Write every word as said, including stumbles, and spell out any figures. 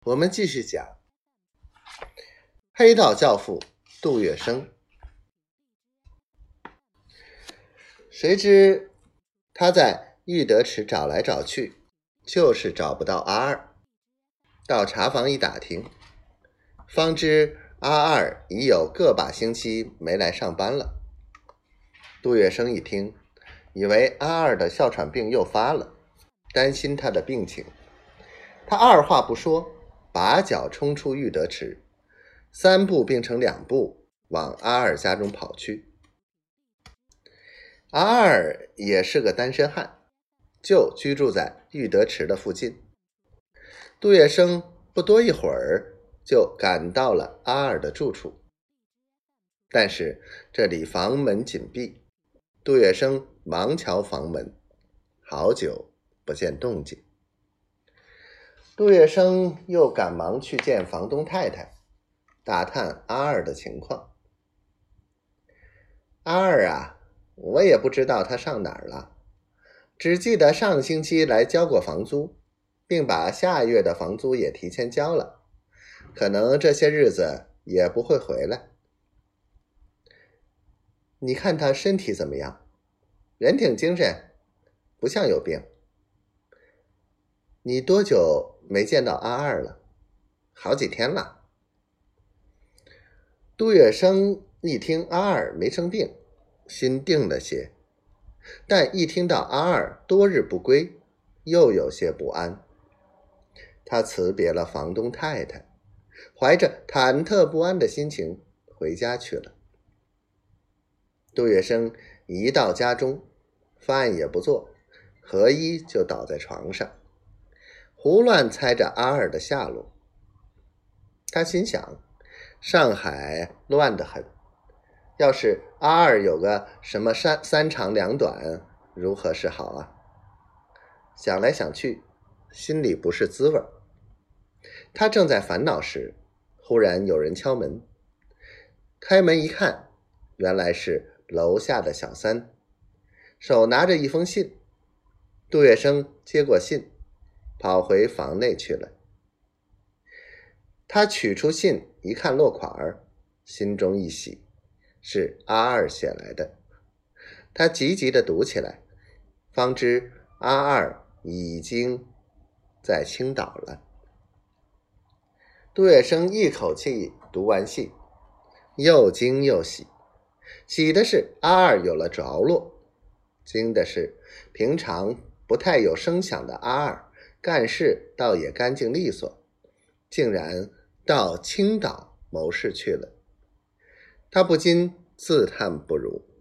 我们继续讲黑道教父杜月笙。谁知他在玉德池找来找去，就是找不到阿二。到茶房一打听，方知阿二已有个把星期没来上班了。杜月笙一听，以为阿二的哮喘病又发了，担心他的病情。他二话不说，拔脚冲出玉德池，三步并成两步往阿二家中跑去。阿二也是个单身汉，就居住在玉德池的附近。杜月笙不多一会儿就赶到了阿二的住处，但是这里房门紧闭，杜月笙忙敲房门，好久不见动静。杜月笙又赶忙去见房东太太，打探阿二的情况。阿二啊，我也不知道他上哪儿了，只记得上星期来交过房租，并把下月的房租也提前交了，可能这些日子也不会回来。你看他身体怎么样？人挺精神，不像有病。你多久没见到阿二了？好几天了。杜月笙一听阿二没生病，心定了些，但一听到阿二多日不归，又有些不安。他辞别了房东太太，怀着忐忑不安的心情回家去了。杜月笙一到家中，饭也不做，合衣就倒在床上，胡乱猜着阿二的下落。他心想，上海乱得很，要是阿二有个什么三三长两短，如何是好啊？想来想去，心里不是滋味。他正在烦恼时，忽然有人敲门。开门一看，原来是楼下的小三，手拿着一封信。杜月笙接过信，跑回房内去了。他取出信一看落款，心中一喜，是阿二写来的。他急急地读起来，方知阿二已经在青岛了。杜月笙一口气读完信，又惊又喜。喜的是阿二有了着落，惊的是平常不太有声响的阿二干事倒也干净利索，竟然到青岛谋事去了。他不禁自叹不如。